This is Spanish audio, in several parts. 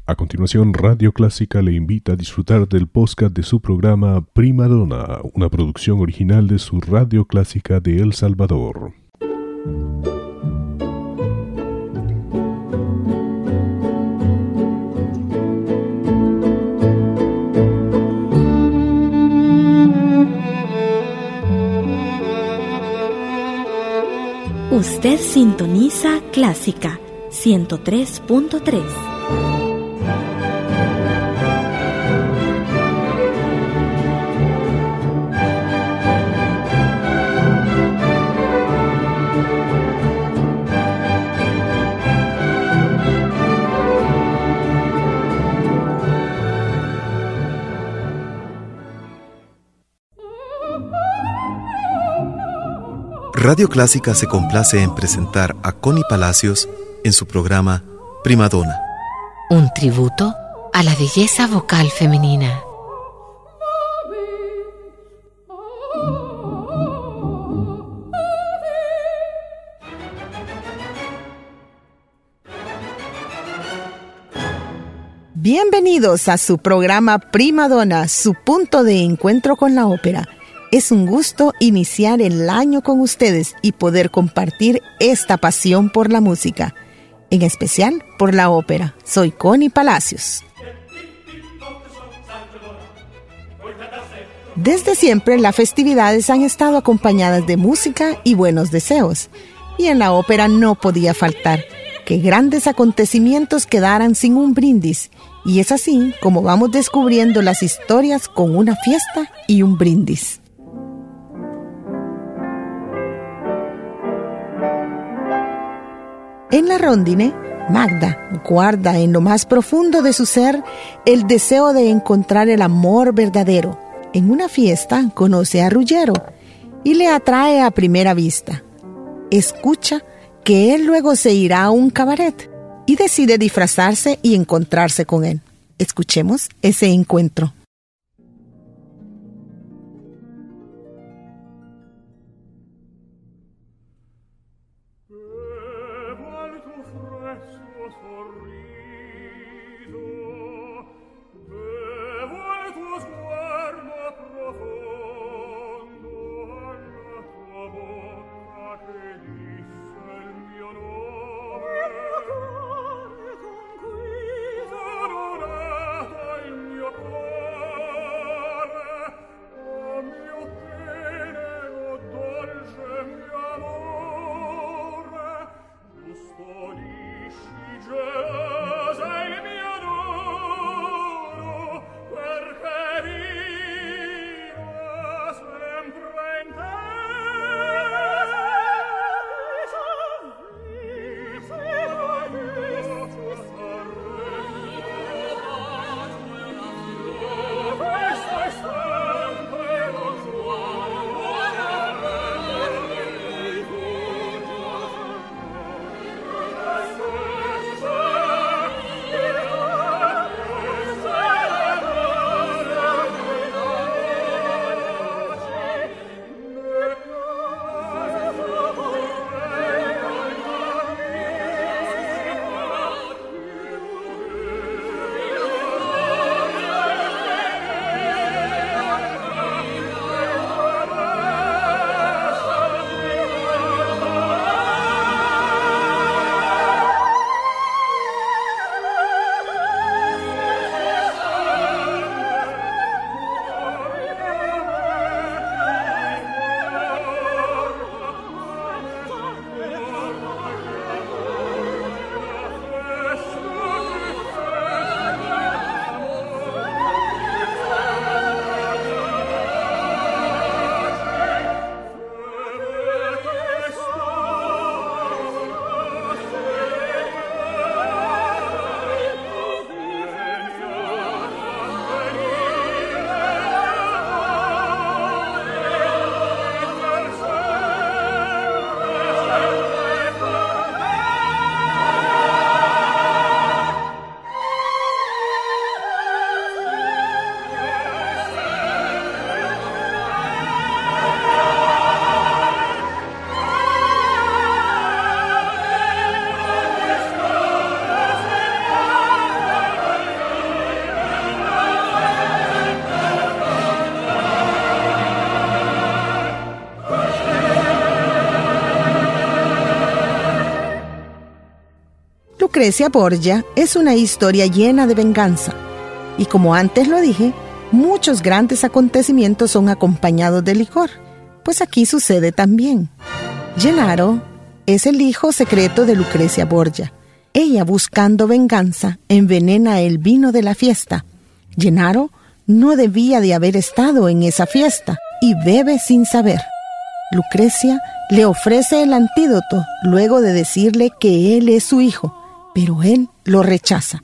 A continuación, Radio Clásica le invita a disfrutar del podcast de su programa Prima Donna, una producción original de su Radio Clásica de El Salvador. Usted sintoniza Clásica 103.3. Radio Clásica se complace en presentar a Connie Palacios en su programa Prima Donna. Un tributo a la belleza vocal femenina. Bienvenidos a su programa Prima Donna, su punto de encuentro con la ópera. Es un gusto iniciar el año con ustedes y poder compartir esta pasión por la música, en especial por la ópera. Soy Connie Palacios. Desde siempre las festividades han estado acompañadas de música y buenos deseos, y en la ópera no podía faltar que grandes acontecimientos quedaran sin un brindis, y es así como vamos descubriendo las historias con una fiesta y un brindis. En la rondine, Magda guarda en lo más profundo de su ser el deseo de encontrar el amor verdadero. En una fiesta conoce a Ruggiero y le atrae a primera vista. Escucha que él luego se irá a un cabaret y decide disfrazarse y encontrarse con él. Escuchemos ese encuentro. Con Lucrecia Borgia es una historia llena de venganza. Y como antes lo dije, muchos grandes acontecimientos son acompañados de licor. Pues aquí sucede también. Gennaro es el hijo secreto de Lucrecia Borgia. Ella, buscando venganza, envenena el vino de la fiesta. Gennaro no debía de haber estado en esa fiesta y bebe sin saber. Lucrecia le ofrece el antídoto luego de decirle que él es su hijo, pero él lo rechaza.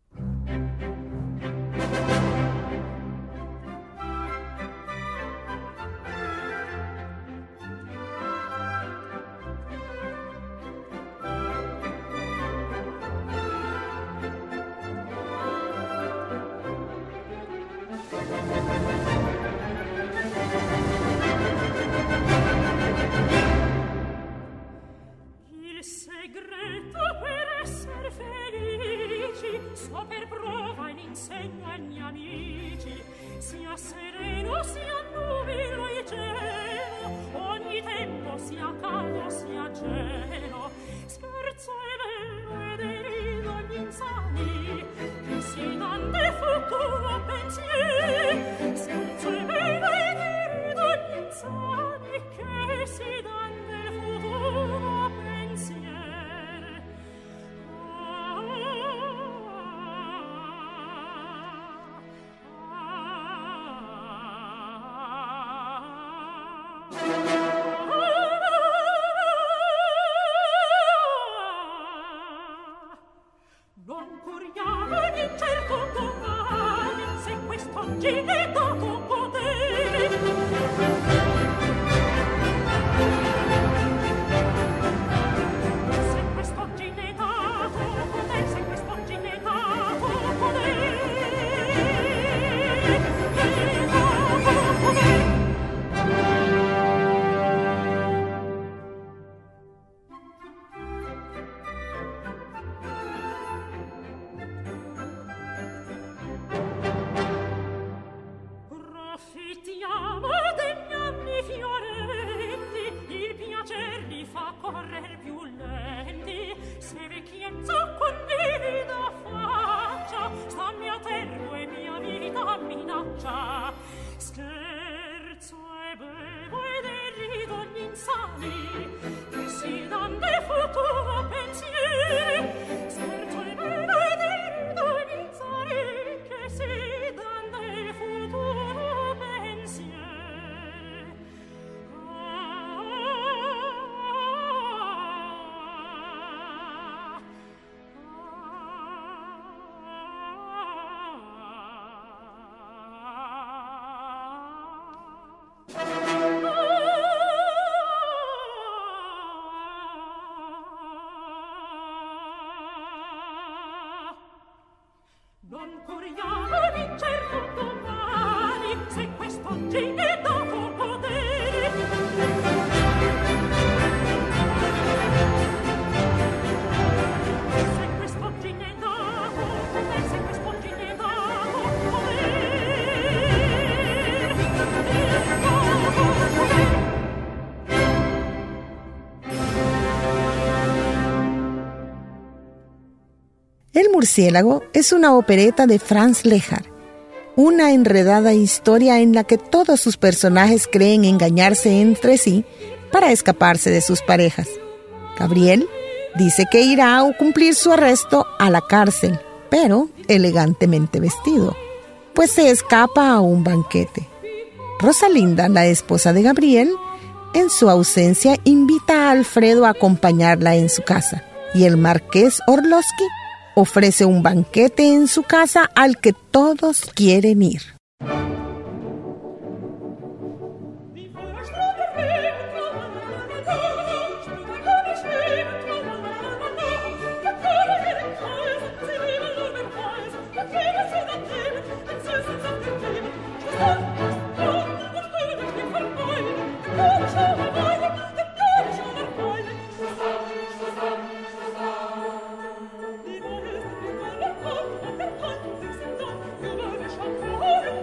El murciélago es una opereta de Franz Lehár, una enredada historia en la que todos sus personajes creen engañarse entre sí para escaparse de sus parejas. Gabriel dice que irá a cumplir su arresto a la cárcel, pero elegantemente vestido, pues se escapa a un banquete. Rosalinda, la esposa de Gabriel, en su ausencia invita a Alfredo a acompañarla en su casa, y el marqués Orlowski ofrece un banquete en su casa al que todos quieren ir. Oh,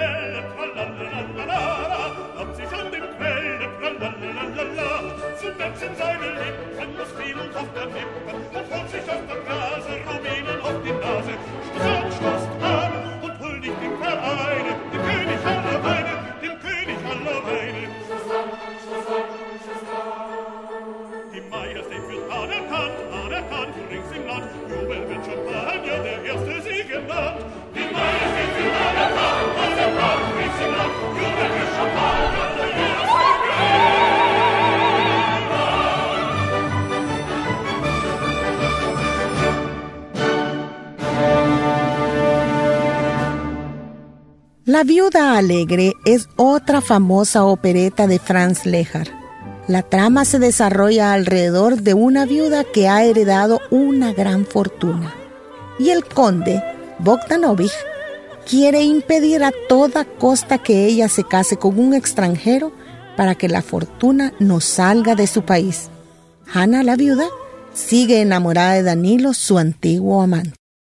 La viuda alegre es otra famosa opereta de Franz Lehár. La trama se desarrolla alrededor de una viuda que ha heredado una gran fortuna. Y el conde, Bogdanovich, quiere impedir a toda costa que ella se case con un extranjero para que la fortuna no salga de su país. Hanna, la viuda, sigue enamorada de Danilo, su antiguo amante.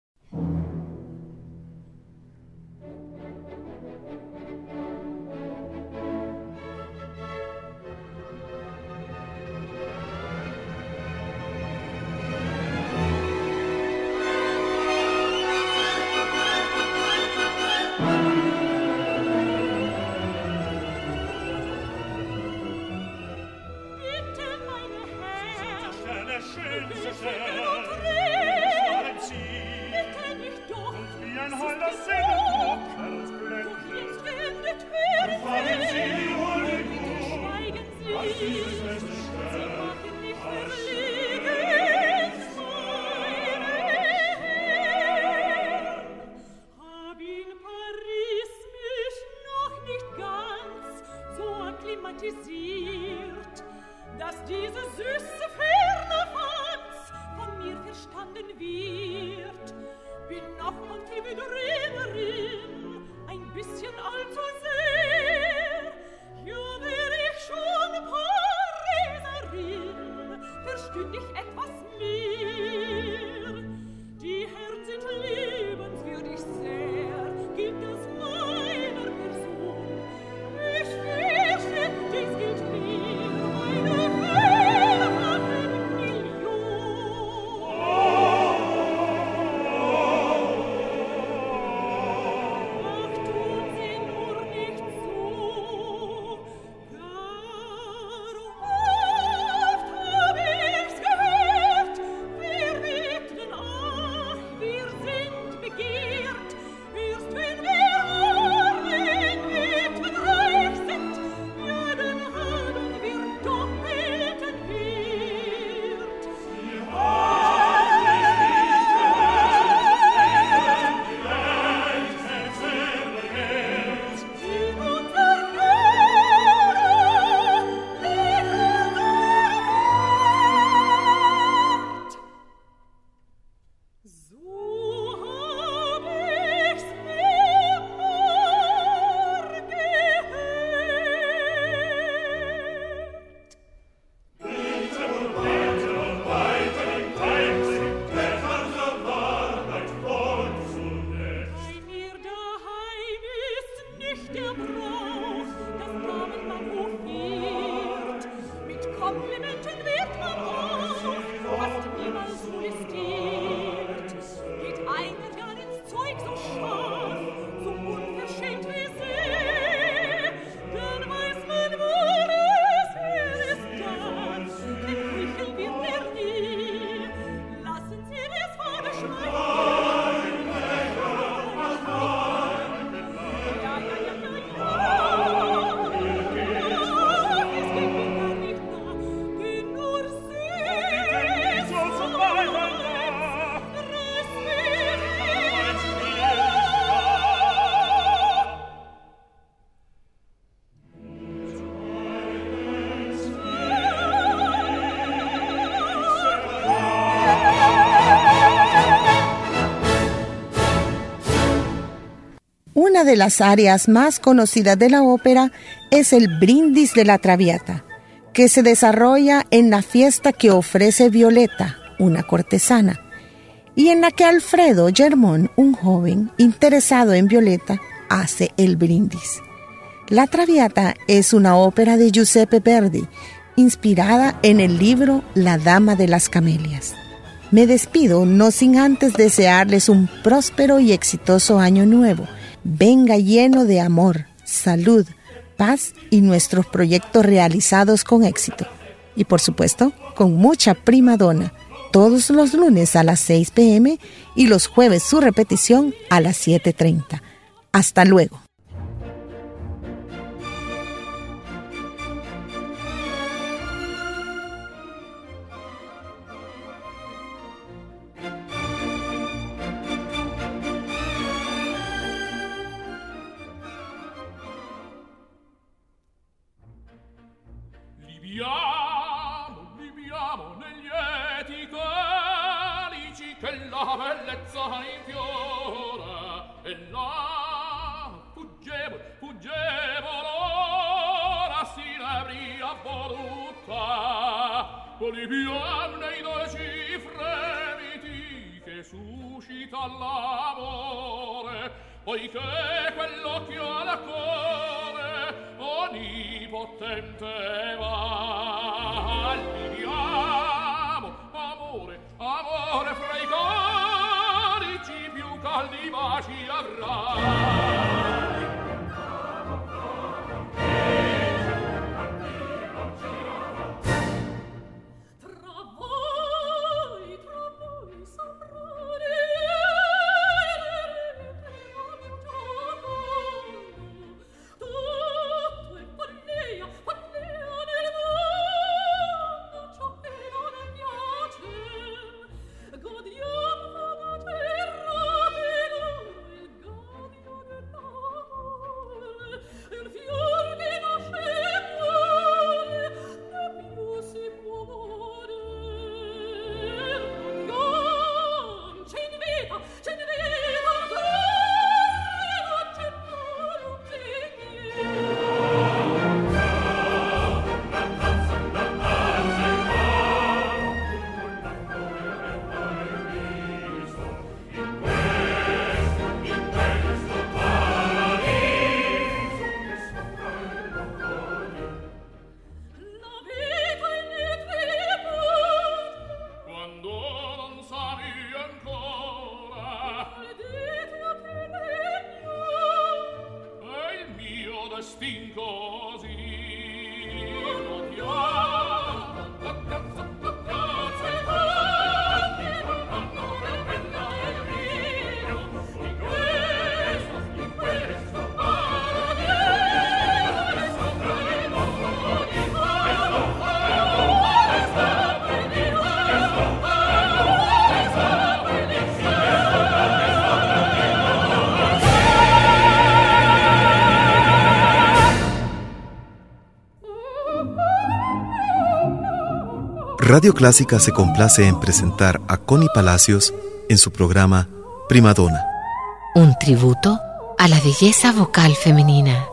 Dass diese süße Ferne Franz von mir verstanden wird. Bin noch Montevidreverin, ein bisschen allzu sehr. Ja, wär ich schon Pariserin, verstünd ich etwas mehr. Die Herren sind liebenswürdig sehr, gibt es meiner Person. Ich fürchte, dies gilt mir, meine vierfache Million. Ach, tun Sie nur nicht so, gar oft hab ich's gehört. Wir wetten, ach, wir sind begehrt, erst wenn wir armen Witwen reich sind, ja, dann haben wir doppelten Wert. Sie haben nicht in unser so hab ich's immer gehört. Bei mir daheim ist nicht der Brauch, dass Damenmann hofiert. Mit Komplimenten wird man auch fast niemals molestiert. Geht einer gar ins Zeug so scharf, so unverschämt wie sie, dann weiß man, woraus ist das, denn heucheln wird nie. Lassen Sie es vorne schweigen. Ja. Es geht mir gar nicht nach, denn nur Sie so Una de las áreas más conocidas de la ópera es el Brindis de la Traviata, que se desarrolla en la fiesta que ofrece Violeta, una cortesana, y en la que Alfredo Germón, un joven interesado en Violeta, hace el brindis. La Traviata es una ópera de Giuseppe Verdi, inspirada en el libro La Dama de las Camelias. Me despido no sin antes desearles un próspero y exitoso año nuevo. Venga lleno de amor, salud, paz y nuestros proyectos realizados con éxito. Y por supuesto, con mucha primadona. Todos los lunes a las 6 p.m. y los jueves su repetición a las 7:30. Hasta luego. Libiamo negli eti calici che la bellezza infiora e là fuggevo l'ora si n'avria voluta libiamo nei dolci fremiti che suscita l'amore poiché quell'occhio alla cuore onnipotente va libiamo amore fra i corici più caldi baci avrà Radio Clásica se complace en presentar a Connie Palacios en su programa Primadona. Un tributo a la belleza vocal femenina.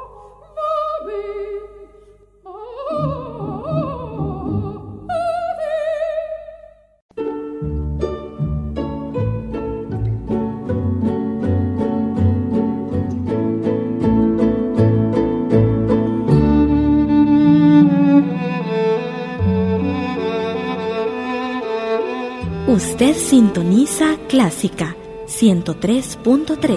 Usted sintoniza Clásica 103.3.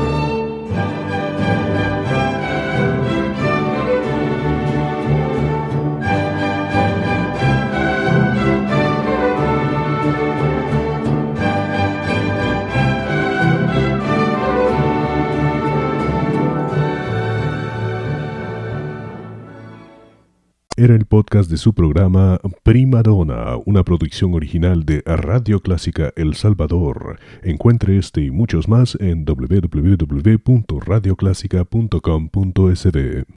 Era el podcast de su programa Primadona, una producción original de Radio Clásica El Salvador. Encuentre este y muchos más en www.radioclásica.com.sb.